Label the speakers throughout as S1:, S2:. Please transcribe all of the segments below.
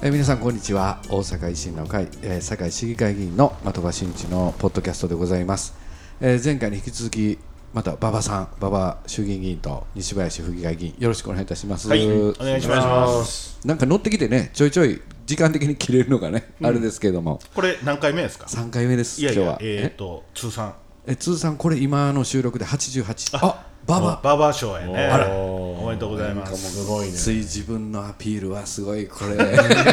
S1: 皆さんこんにちは。大阪維新の会、堺市議会議員の的場真一のポッドキャストでございます。前回に引き続きまた馬場さん、馬場衆議院議員と西林府議会議員、よろしくお願いいたします。
S2: はい、お願いします。
S1: なんか乗ってきてね、ちょいちょい時間的に切れるのがね、あれですけれども、
S2: これ何回目ですか
S1: ？3回目です。
S2: いやいや、
S1: 今日は
S2: 通算
S1: これ今の収録で88。馬
S2: 場賞やね。あら、おめでとうございます。
S3: すごいね。
S1: つい自分のアピールはすごいこれ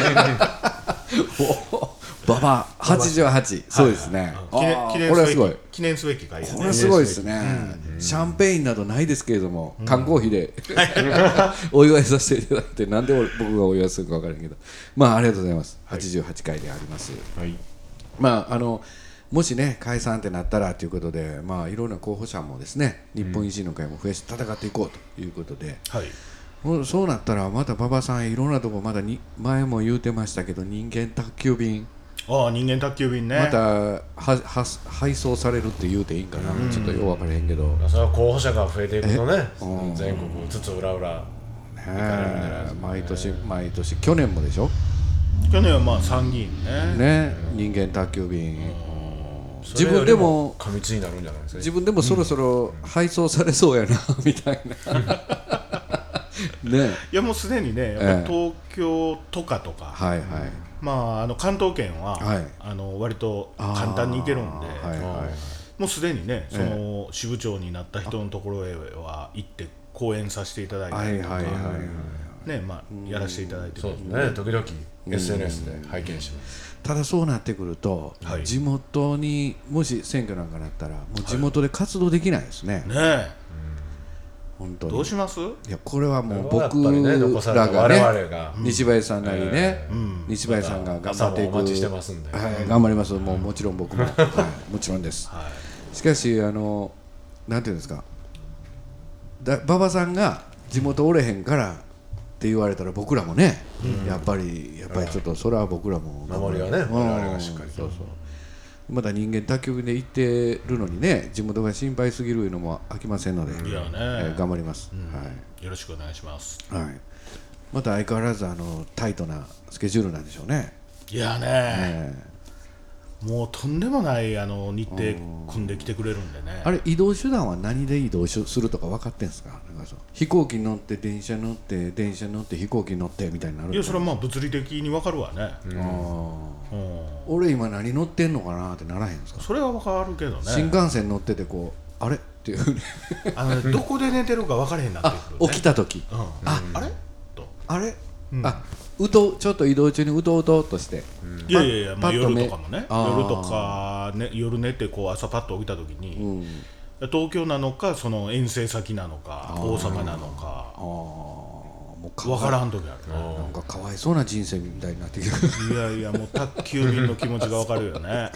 S1: 馬場88、そうですね。これはすごい
S2: 記念すべき回ですね。
S1: これすごいですね。シャンペーンなどないですけれども、缶コーヒーでお祝いさせていただいて、なんで僕がお祝いするか分からないけど、まあありがとうございます。88回であります。まあもしね解散ってなったらということで、まあいろんな候補者もですね、日本維新の会も増やして戦っていこうということで、そうなったらまた馬場さんいろんなとこまだに前も言うてましたけど、人間宅急便。
S2: 人間宅急便ね。
S1: また配送されるって言うていいんかな、ちょっとよう分からへんけど、
S3: それは候補者が増えていくとね、全国つつ裏裏
S1: 毎年去年もでしょ。
S2: 去年はまあ参議院
S1: ね、人間宅急便、自分でも
S3: 過密になるんじゃないですか。
S1: 自分でもそろそろ配送されそうやなみたいなね。
S2: いやもうすでにね、やっぱ東京とかとか、まあ関東圏は割と簡単に行けるんで、もうすでにね、その支部長になった人のところへは行って講演させていただいたりとかね、まあやらせていただいてる。
S3: そうですね、時々 SNS で拝見します。
S1: ただそうなってくると、地元にもし選挙なんかなったらもう地元で活動できないですね。本当に
S2: どうします？
S1: いやこれはもう僕らがね、西林さんなりね、西林さんが頑張っていく、
S3: お待ちしてますんで、
S1: 頑張ります。もうもちろん僕ももちろんです。しかしなんていうんですか、馬場さんが地元おれへんからって言われたら僕らもね、やっぱりちょっとそれは僕らも
S3: 守りはね、我々がしっかりと。
S1: まだ人間宅急便で行ってるのにね、地元が心配すぎるのも飽きませんので、頑張ります。
S2: よろしくお願いします。
S1: また相変わらずタイトなスケジュールなんでしょうね。
S2: いやね、もうとんでもない日程組んできてくれるんでね。
S1: あれ移動手段は何で移動するとか分かってんですか？なんか飛行機乗って電車乗って電車乗って飛行機乗ってみたいになる。
S2: いやそれはまあ物理的に分かるわね。
S1: 俺今何乗ってんのかなってならへんですか？
S2: それは分かるけどね。
S1: 新幹線乗っててこうあれっていう
S2: どこで寝てるか分からへんなってくる、
S1: 起きた時、
S2: あれと
S1: あれ、ちょっと移動中にうとうとして、
S2: いや、まあ、夜とかもね、夜とか、ね、夜寝てこう朝パッと起きた時に、東京なのかその遠征先なのか大阪なのか分からん時あるね。
S1: なんかかわいそうな人生みたいになってきて
S2: いやもう宅急便の気持ちが分かるよね。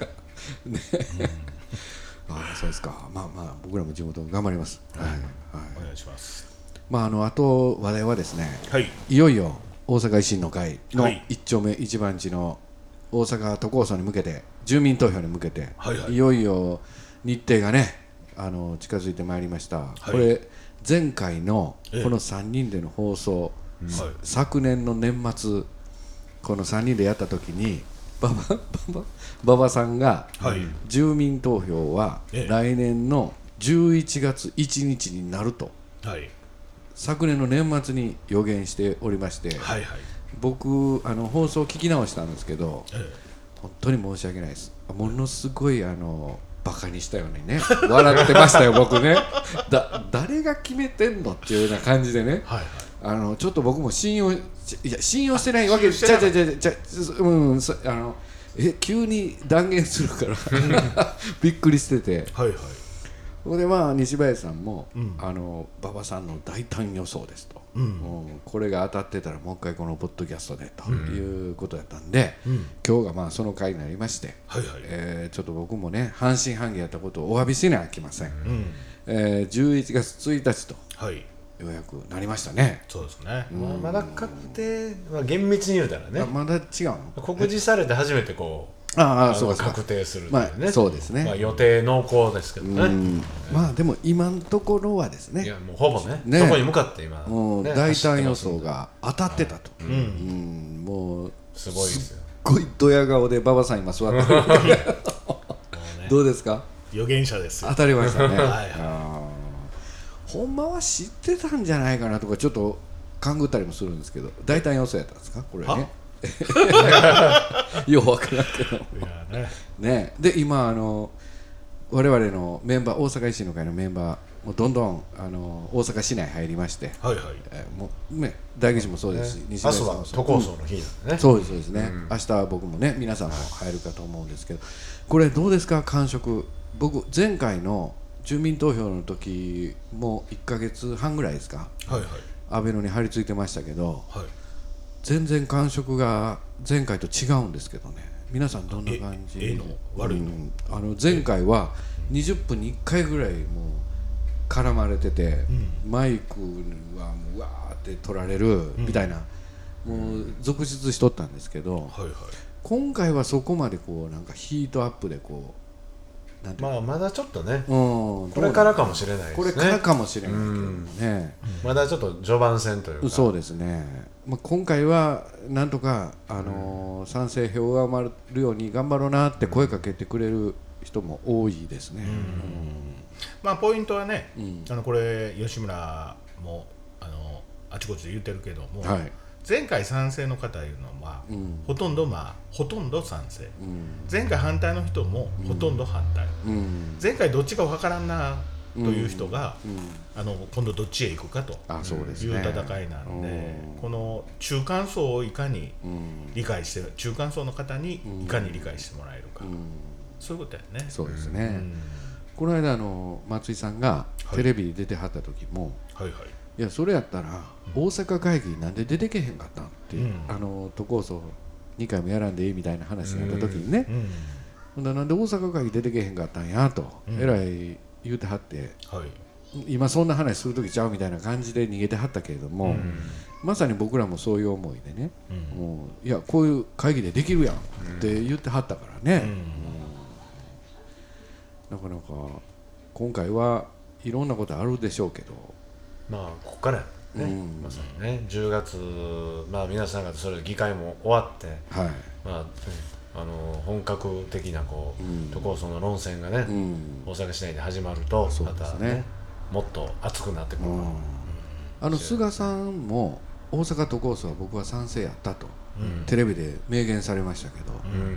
S1: そうですか。まあ僕らも地元頑張ります。
S2: お願いします。
S1: あと話題はですね、いよいよ大阪維新の会の一丁目一番地の大阪都構想に向けて、住民投票に向けて、いよいよ日程がね近づいてまいりました。これ前回のこの3人での放送、昨年の年末この3人でやった時に馬場さんが、住民投票は来年の11月1日になると、昨年の年末に予言しておりまして、僕放送を聞き直したんですけど、本当に申し訳ないです。ものすごいバカにしたようにね笑ってましたよ僕ね。誰が決めてんのっていうような感じでね、ちょっと僕も信用してないわけで急に断言するからびっくりしてて、それで西林さんも、馬場さんの大胆予想ですと、これが当たってたらもう一回このポッドキャストでということだったんで、今日がその回になりまして、ちょっと僕もね半信半疑やったことをお詫びしなきゃいけません。11月1日と、ようやくなりましたね。
S2: そうですね。
S3: まだ確定、厳密に言うたらね、
S1: まだ違うの？
S3: 告示されて初めてこう
S1: そう
S3: 確定するというね、
S1: そうですね。
S3: 予定濃厚ですけどね。
S1: でも今のところはですね、
S3: いやもうほぼね、そこに向かって今
S1: 大胆予想が当たってたと。もう
S3: すごいですよ。
S1: すっごいドヤ顔で馬場さん今座ってるどうですか？
S2: 予言者ですよ。
S1: 当たりましたね。
S2: はいはい、
S1: ほんまは知ってたんじゃないかなとかちょっと勘ぐったりもするんですけど、大体予想やったんですかこれね。ようわからんけど。いやね。で今我々のメンバー、大阪維新の会のメンバーもうどんどん大阪市内入りまして、
S2: はいはい、
S1: もうね大義士もそうですし、
S3: 西明は都構想の日なんでね。
S1: そうですそうですね。明日僕もね皆さんも入るかと思うんですけど、これどうですか感触。僕前回の住民投票の時も1ヶ月半ぐらいですか、
S2: はいはい、
S1: アベノに張り付いてましたけど、
S2: はい、
S1: 全然感触が前回と違うんですけどね。皆さんどんな感じ？
S2: の悪いの、
S1: 前回は20分に1回ぐらいもう絡まれてて、マイクはもううわーって取られるみたいな、もう続出しとったんですけど、
S2: はいはい、
S1: 今回はそこまでこうなんかヒートアップでこう
S3: まだちょっとね、これからかもしれないですね。
S1: これからかもしれないけどね、
S3: まだちょっと序盤戦というか。
S1: そうですね、今回はなんとか、賛成票が埋まるように頑張ろうなって声かけてくれる人も多いですね。
S2: ポイントはね、これ吉村もあちこちで言ってるけども、はい、前回賛成の方いうのは、ほとんど賛成、前回反対の人もほとんど反対、前回どっちか分からんなという人が、今度どっちへ行くかという戦いなので、この中間層をいかに理解して、中間層の方にいかに理解してもらえるか、そういうことやね。
S1: そうですね、この間松井さんがテレビに出てはった時も、いやそれやったら大阪会議なんで出てけへんかったんって、都構想2回もやらんでいいみたいな話になった時にね、なんで大阪会議出てけへんかったんやと、えらい言うてはって、今そんな話する時ちゃうみたいな感じで逃げてはったけれども、まさに僕らもそういう思いでね、もういやこういう会議でできるやんって言ってはったからね、なかなか今回はいろんなことあるでしょうけど、
S3: ここからね、まさにね10月、皆さん方それで議会も終わって、本格的な都構想の論戦がね、大阪市内で始まるとまたねもっと熱くなってくる。
S1: 菅さんも大阪都構想は僕は賛成やったと、テレビで明言されましたけど、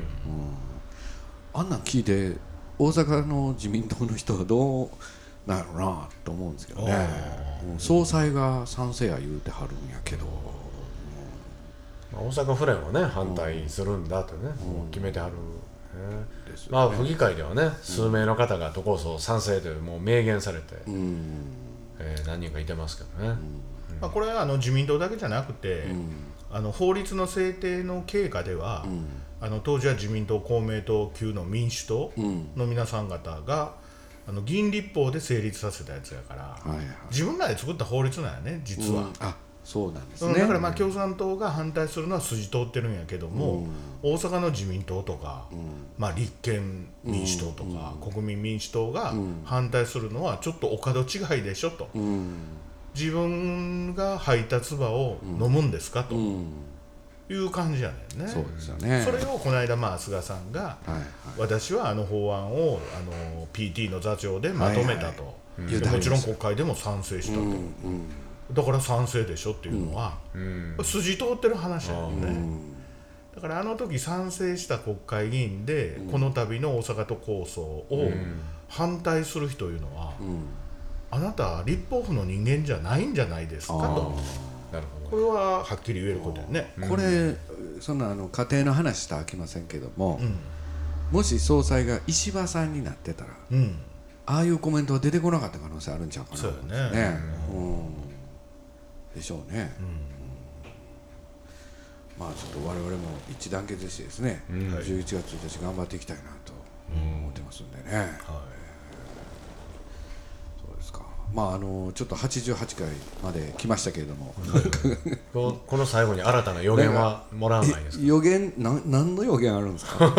S1: あんなん聞いて大阪の自民党の人はどうなるなと思うんですけどね。総裁が賛成や言うてはるんやけど、
S3: 大阪府連はね反対するんだとね、決めてはる、府議会ではね数名の方が都構想賛成というもう明言されて、何人かいてますけどね。
S2: これは自民党だけじゃなくて、法律の制定の経過では、当時は自民党公明党級の民主党の皆さん方が議員立法で成立させたやつやから、自分らで作った法律なんやね実は。
S1: そうなんですね。
S2: だから共産党が反対するのは筋通ってるんやけども、大阪の自民党とか、立憲民主党とか、国民民主党が反対するのはちょっとお門違いでしょと、自分が吐いた唾を飲むんですかという感じやねんね。
S1: そうですよね。
S2: それをこの間菅さんが、私は法案をPT の座長でまとめたと、もちろん国会でも賛成したと、だから賛成でしょっていうのは、筋通ってる話だよね。だから時賛成した国会議員で、この度の大阪都構想を反対する人いうのは、あなた立法府の人間じゃないんじゃないですかと。なるほど。これははっきり言えることやね。
S1: これそんな家庭の話とはきませんけども、もし総裁が石破さんになってたら、ああいうコメントは出てこなかった可能性あるんちゃうかな。
S2: そうよね。
S1: でしょうね。ちょっと我々も一致団結してですね、11月1日頑張っていきたいなと思ってますんでね。そうですか。ちょっと88回まで来ましたけれども
S3: この最後に新たな予言はもらわないですか？
S1: 予言何の予言あるんですか？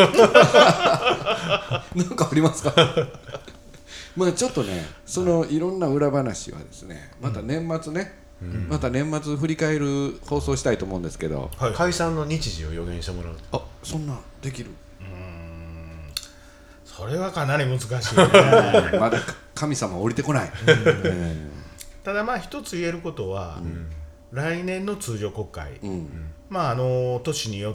S1: なんかありますか？ちょっとね、そのいろんな裏話はですね、また年末ね、 また年末振り返る放送したいと思うんですけど、
S3: 解散の日時を予言してもらう。
S1: あ、そんなできる？
S2: それはかなり難しいね
S1: まだ神様降りてこない
S2: ただまあ一つ言えることは、来年の通常国会、まあ年によって、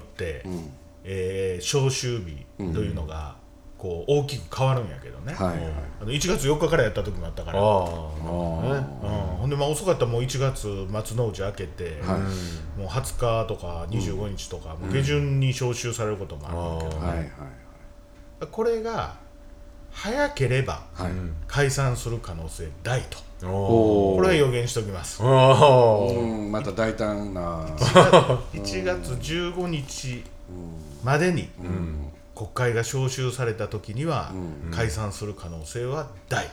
S2: 召集日というのがこう大きく変わるんやけどね、1月4日からやった時もあったから、ほんでまあ遅かったらもう1月末のうち明けて、もう20日とか25日とか、もう下旬に召集されることもあるんだけどね、これが早ければ解散する可能性大と、これは予言しておきます。
S1: また大胆な
S2: 1月15日までに国会が召集された時には解散する可能性は大。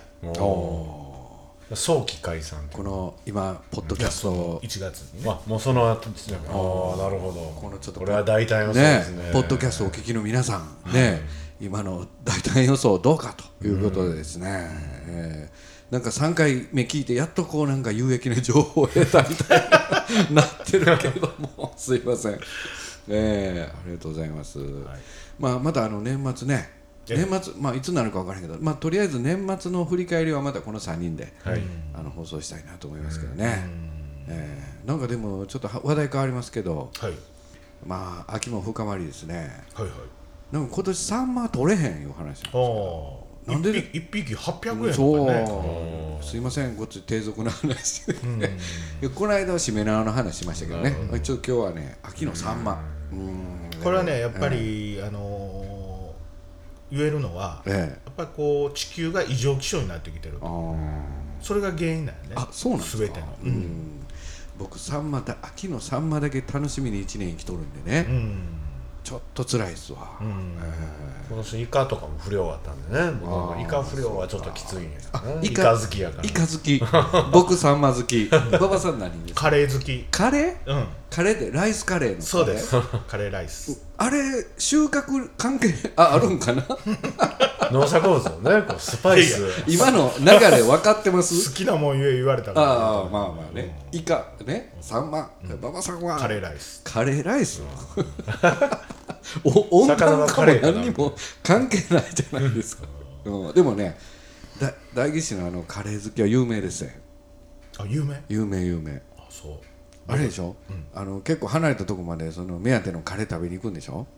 S3: 早期解散。
S1: この今ポッドキャストを
S2: 1月にね、
S3: もうその後ですね。なるほど。このちょっとこれは大胆予想ですね。
S1: ポッドキャストをお聞きの皆さんね、今の大胆予想どうかということでですね、なんか3回目聞いてやっとこうなんか有益な情報を得たみたいになってるけどもすいません、ありがとうございます、また年末ね、年末、いつになるか分からへんけど、とりあえず年末の振り返りはまたこの3人で、放送したいなと思いますけどね、なんかでもちょっと話題変わりますけど、秋も深まりですね、なんか今年サンマ取れへんいう話なんですよ。
S2: なんで1匹800円とか
S1: ね。すいません、こっち低俗な話でこの間はしめ縄の話しましたけどね、一応今日はね秋のサンマ、
S2: これはねやっぱり、言えるのは、やっぱりこう地球が異常気象になってきてると、それが原因だよね。
S1: そうなんですか。
S2: 全ての、
S1: 僕秋のサンマだけ楽しみに1年生きとるんでね、ちょっと辛いっすわ。
S3: 今年イカとかも不漁あったんでね、イカ不漁はちょっときついんやけどね。イカ好きやから。
S1: イカ好き。僕サンマ好き。馬場さん何ですか？
S2: カレー好き。
S1: カレー？カレーでライスカレーの。
S2: そうです。カレーライス。
S1: あれ収穫関係あるんかな？
S3: 農作物のね、こうスパイス。
S1: 今の流れ分かってます？
S2: 好きなもん言われたから。
S1: まあね。イカね、サンマ。馬場さんは
S2: カレーライス。
S1: カレーライス。温暖化も何にも関係ないじゃないですか。でもね、代議士のカレー好きは有名ですね。
S2: 有名。そう。
S1: あれでしょ、結構離れたとこまでその目当てのカレー食べに行くんでしょ、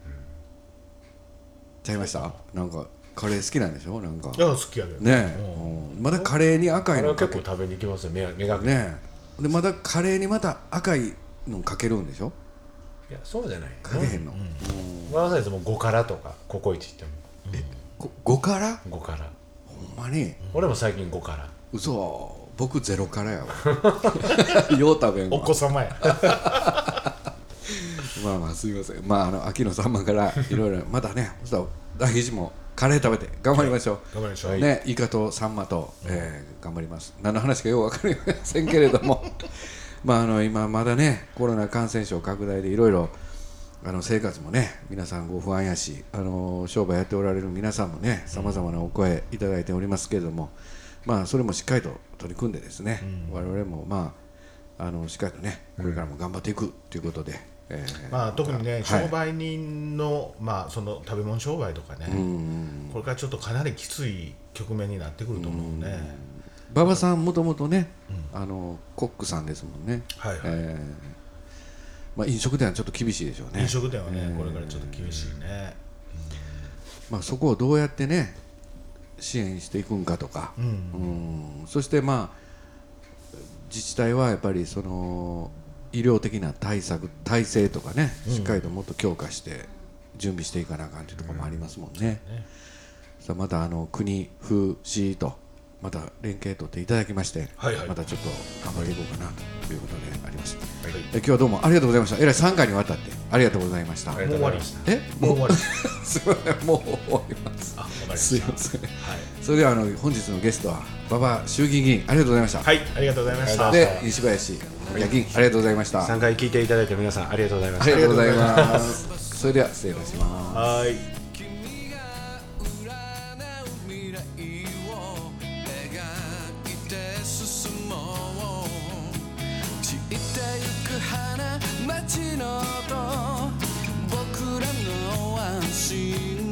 S1: ちゃいました？なんかカレー好きなんでしょ？なんか
S2: いや好きやけど
S1: ね、まだカレーに赤いの
S3: 結構食べに行きますよ、目がけ
S1: ね。でまだカレーにまた赤いのかけるんでしょ？
S3: いやそうじゃない、
S1: かけへんの。
S3: わざわざもう5辛とかココイチ行って
S1: も5辛？
S3: 5辛。
S1: ほんまに？
S3: 俺も最近5辛。
S1: 嘘。僕0辛やわ。よう食べんわ。
S2: お子様や。
S1: すいません。秋のサンマからいろいろまたね、大吉もカレー食べて頑張りましょう。
S2: 頑張りましょう。
S1: ね、イカとサンマと頑張ります。何の話かよう分かりませんけれども、今まだねコロナ感染症拡大でいろいろ生活もね皆さんご不安やし、商売やっておられる皆さんもねさまざまなお声いただいておりますけれども。それもしっかりと取り組んでですね、我々もしっかりとねこれからも頑張っていくということで、
S2: 特にね商売人の、その食べ物商売とかね、これからちょっとかなりきつい局面になってくると思うね。
S1: 馬場さんもともとね、コックさんですもんね。飲食店はちょっと厳しいでしょうね。
S2: 飲食店はね、これからちょっと厳しいね。
S1: そこをどうやってね支援していくんかとか、そして自治体はやっぱりその医療的な体制とかね、しっかりともっと強化して準備していかなあかんというところもありますもんね。さあまた国府市とまた連携取っていただきまして、またちょっと頑張っていこうかなということであります。今日はどうもありがとうございました。えらい3回にわたってありがとうございました。
S2: もう終わりました。
S1: もう終わりすいません、もう終わります。すいません。それでは本日のゲストは馬場衆議院議員ありがとうございました。
S2: はい、ありがとうございました。
S1: で西林議員ありがとうございました。
S3: 3回聞いていただいて皆さんありがとうございました。
S1: ありがとうございます。それでは失礼いたします。
S2: はい。
S4: ゆく花街の音僕らの安心